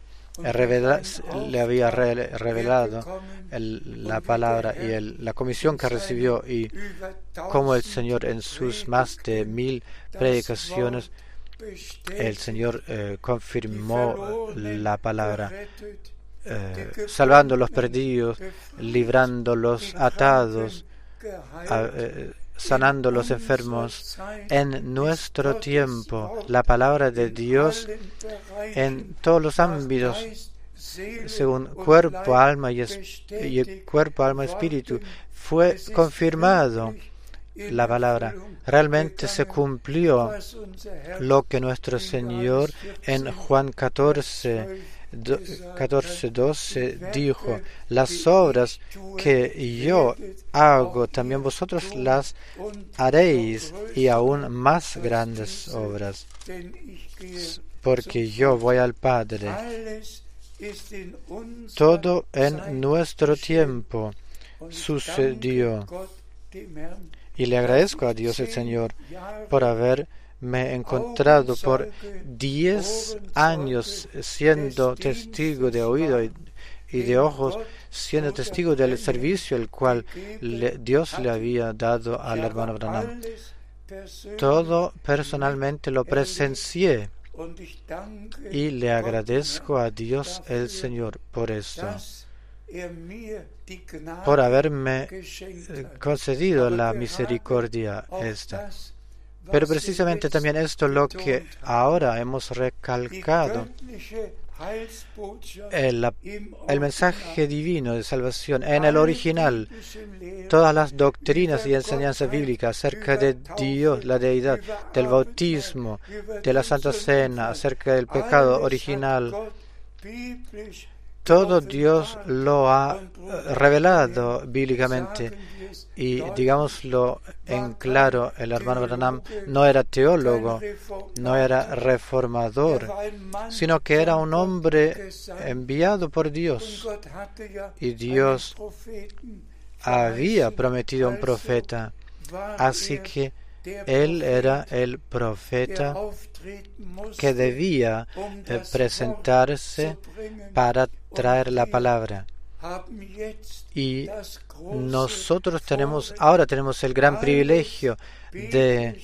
revelado la palabra y la comisión que recibió, y como el Señor en sus más de 1000 predicaciones, el Señor confirmó la palabra, salvando los perdidos, librando los atados, sanando los enfermos. En nuestro tiempo, la palabra de Dios en todos los ámbitos, según cuerpo, alma y espíritu, fue confirmado. La palabra realmente se cumplió lo que nuestro Señor en Juan 14:12 dijo: las obras que yo hago, también vosotros las haréis, y aún más grandes obras, porque yo voy al Padre. Todo en nuestro tiempo sucedió, y le agradezco a Dios el Señor por haberme encontrado por 10 años siendo testigo de oído y de ojos, siendo testigo del servicio el cual Dios le había dado al hermano Branham. Todo personalmente lo presencié, y le agradezco a Dios el Señor por esto, por haberme concedido la misericordia esta. Pero precisamente también esto lo que ahora hemos recalcado, el mensaje divino de salvación en el original, todas las doctrinas y enseñanzas bíblicas acerca de Dios, la deidad, del bautismo, de la Santa Cena, acerca del pecado original, todo Dios lo ha revelado bíblicamente. Y digámoslo en claro, el hermano Branham no era teólogo, no era reformador, sino que era un hombre enviado por Dios. Y Dios había prometido un profeta, así que él era el profeta que debía presentarse para traer la palabra. Y nosotros ahora tenemos el gran privilegio de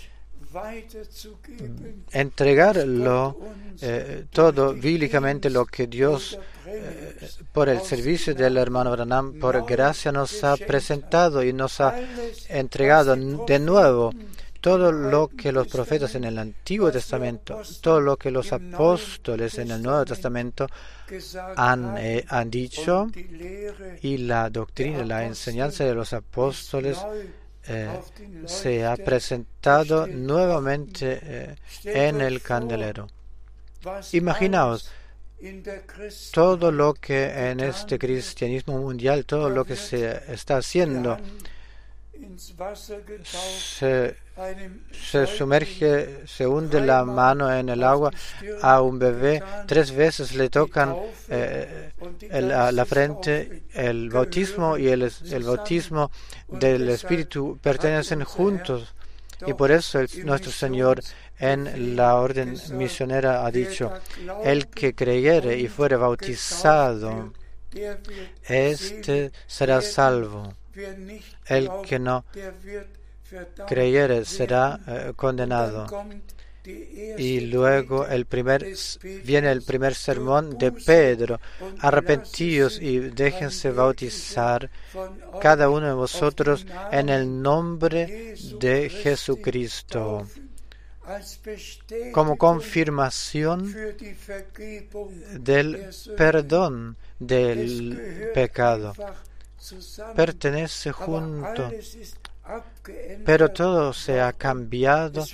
entregarlo todo bíblicamente, lo que Dios por el servicio del hermano Branham, por gracia, nos ha presentado y nos ha entregado de nuevo todo lo que los profetas en el Antiguo Testamento, todo lo que los apóstoles en el Nuevo Testamento han dicho, y la doctrina, la enseñanza de los apóstoles se ha presentado nuevamente en el candelero. Imaginaos todo lo que en este cristianismo mundial, todo lo que se está haciendo, se sumerge, se hunde la mano en el agua a un bebé, 3 veces le tocan la frente. El bautismo y el bautismo del Espíritu pertenecen juntos, y por eso nuestro Señor en la orden misionera ha dicho: el que creyere y fuere bautizado, este será salvo. El que no creyere será condenado. Y luego viene el primer sermón de Pedro: arrepentíos y déjense bautizar cada uno de vosotros en el nombre de Jesucristo, como confirmación del perdón del pecado. Pertenece junto, pero todo se ha cambiado.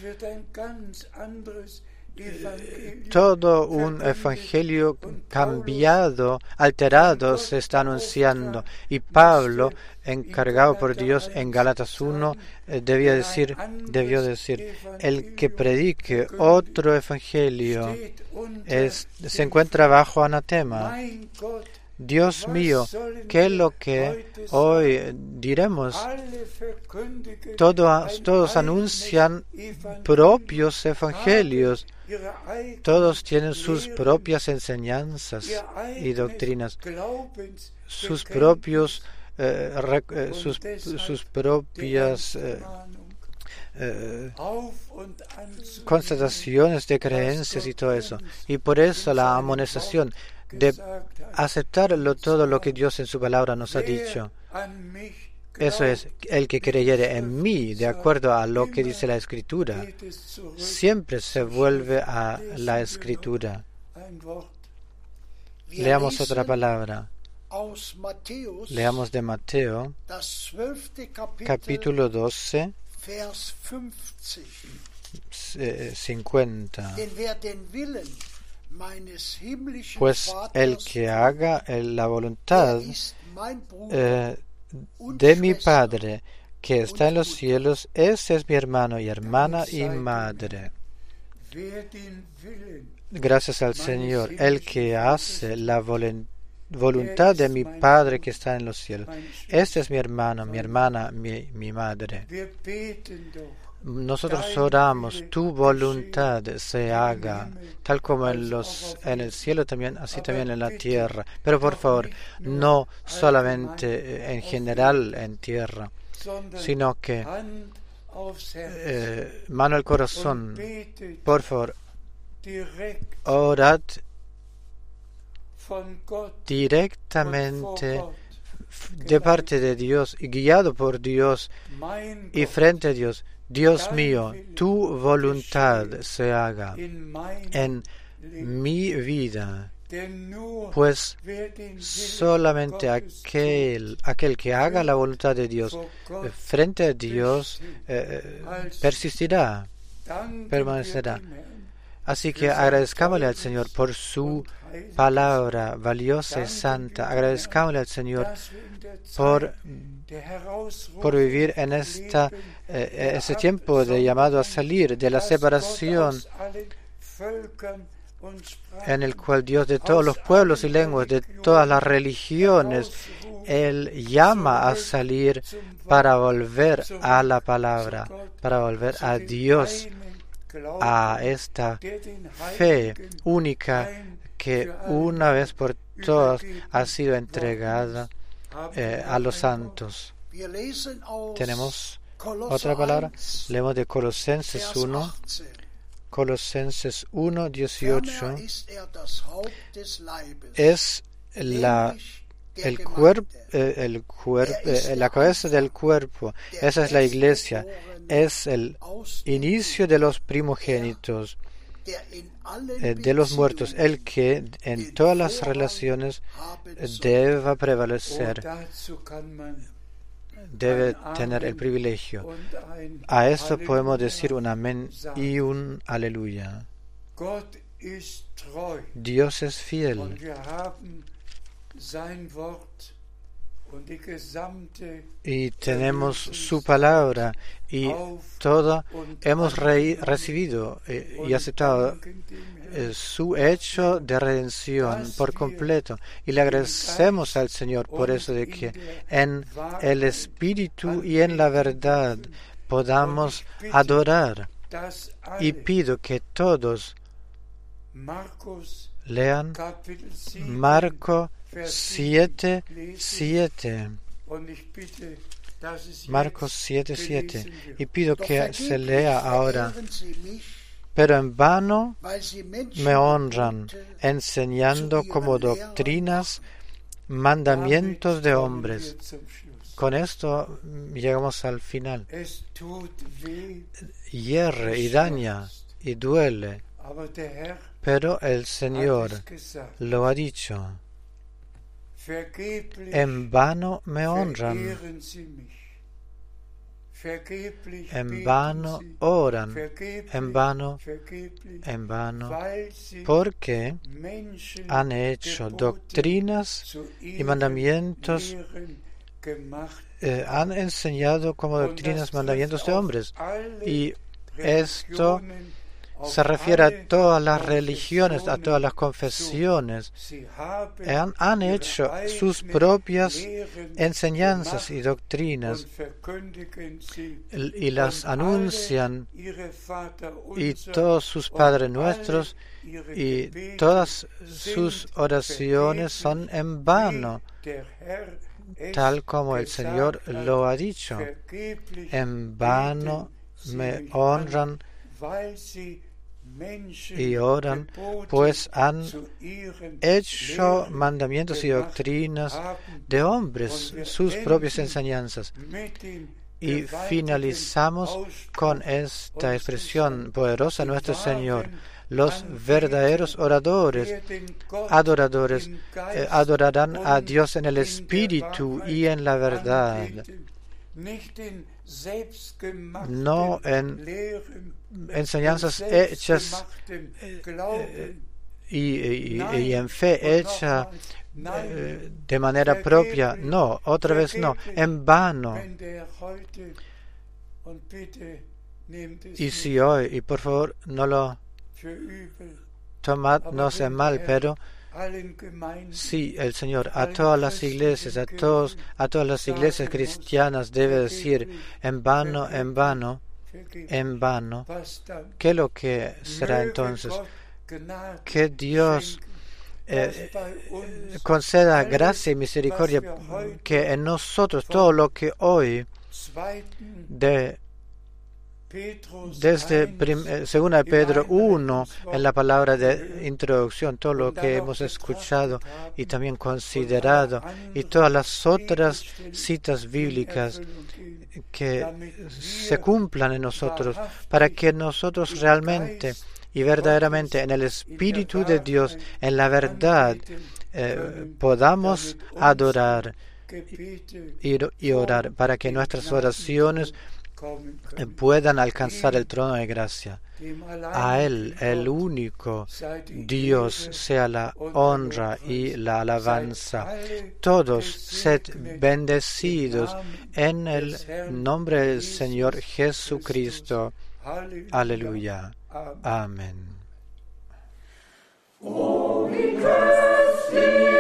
Todo un evangelio cambiado, alterado se está anunciando. Y Pablo, encargado por Dios en Gálatas 1, debió decir: el que predique otro evangelio se encuentra bajo anatema. Dios mío, ¿qué es lo que hoy diremos? Todos anuncian propios evangelios. Todos tienen sus propias enseñanzas y doctrinas, sus propias constataciones de creencias y todo eso. Y por eso la amonestación de aceptar todo lo que Dios en su palabra nos ha dicho. Eso es: el que creyere en mí, de acuerdo a lo que dice la Escritura. Siempre se vuelve a la Escritura. Leamos otra palabra. Leamos de Mateo, capítulo 12, 50. Pues el que haga la voluntad de mi Padre que está en los cielos, ese es mi hermano y hermana y madre. Gracias al Señor. El que hace la voluntad de mi Padre que está en los cielos, este es mi hermano, mi hermana, mi madre. Nosotros oramos: tu voluntad se haga, tal como en el cielo también, así también en la tierra. Pero por favor, no solamente en general en tierra, sino que mano al corazón. Por favor, orad directamente de parte de Dios y guiado por Dios y frente a Dios. Dios mío, tu voluntad se haga en mi vida, pues solamente aquel que haga la voluntad de Dios frente a Dios persistirá, permanecerá. Así que agradezcámosle al Señor por su palabra valiosa y santa. Agradezcámosle al Señor por vivir en ese tiempo de llamado a salir de la separación, en el cual Dios de todos los pueblos y lenguas, de todas las religiones, Él llama a salir para volver a la palabra, para volver a Dios, a esta fe única que una vez por todas ha sido entregada a los santos. Tenemos otra palabra. Leemos de Colosenses 1. Colosenses 1, 18. Es la cabeza del cuerpo. Esa es la iglesia. Es el inicio de los primogénitos, de los muertos, el que en todas las relaciones debe prevalecer, debe tener el privilegio. A esto podemos decir un amén y un aleluya. ist treu. Dios es fiel. Und wir haben sein Wort und die gesamte Y tenemos su palabra y todo hemos recibido y aceptado su hecho de redención por completo. Y le agradecemos al Señor por eso, de que en el Espíritu y en la verdad podamos adorar. dass Y alle pido que todos Markus lean Kapitel 7 Marco 7, 7. und ich bitte, dass es Marcos jetzt 7, 7. gelesen wird. Y pido Doch que se vergeblich lea ahora. verehren sie mich, Pero en vano weil sie Menschen me honran, Gebote enseñando como doctrinas mandamientos de Damit kommen hombres. wir zum Schluss. Con esto llegamos al final. Es tut weh, Hierre y daña y duele, aber der Herr pero el hat Señor es gesagt. lo ha dicho. Vergeblich En vano me honran, verehren sie mich. Vergeblich en beten vano sie. oran, Vergeblich, en vano, vergeblich, en vano, weil sie porque Menschen han hecho Gebote doctrinas zu y ihren mandamientos, Lehren gemacht han enseñado como und doctrinas das mandamientos trifft de auf hombres. alle Y esto Religionen, auf se refiere alle a todas las religiones, a Konfessionen todas las zu. confesiones. Sie haben Han ihre hecho sus eigenen propias Lehren enseñanzas y gemacht doctrinas und verkündigen sie. y las Und alle anuncian, ihre y Vaterunser todos sus und Padres alle Nuestros ihre y Gebete todas sind sus oraciones son en vano, wie der Herr es tal como el gesagt Señor hat. lo ha dicho. Vergeblich En vano beten sie me mich honran an, weil sie Menschen y oran, Gebote pues han zu ihren hecho Lehren mandamientos y gemacht doctrinas haben. de hombres, Und wir sus propias enden enseñanzas. mit dem Y gewaltigen finalizamos Ausspruch con esta expresión poderosa de nuestro Die Señor. wahren Los Anbeter verdaderos oradores, werden Gott adoradores, im Geist adorarán a und Dios en el in der Espíritu Wahrheit y en la verdad, anbeten, nicht in selbstgemachten no en Lehren enseñanzas und hechas selbstgemachtem Glauben. y en fe hecha de manera propia. No, otra vez no, en vano. Wenn der heute, und bitte nehmt es Y nicht si hoy, y por favor no lo für übel, tomad, no sea mal, pero allen Gemeinden sí, el Señor a todas las iglesias, a todas las iglesias cristianas debe decir en vano, en vano, en vano. was dann ¿Qué es lo que será entonces? Que Dios conceda gracia y misericordia, que en nosotros todo lo que hoy desde 2 Pedro 1 en la palabra de introducción, todo lo que hemos escuchado y también considerado, y todas las otras citas bíblicas que se cumplan en nosotros, para que nosotros realmente y verdaderamente en el Espíritu de Dios, en la verdad, podamos adorar y orar, para que nuestras oraciones puedan alcanzar el trono de gracia. A Él, el único Dios, sea la honra y la alabanza. Todos sed bendecidos en el nombre del Señor Jesucristo. Aleluya. Amén. Oh, wie köstlich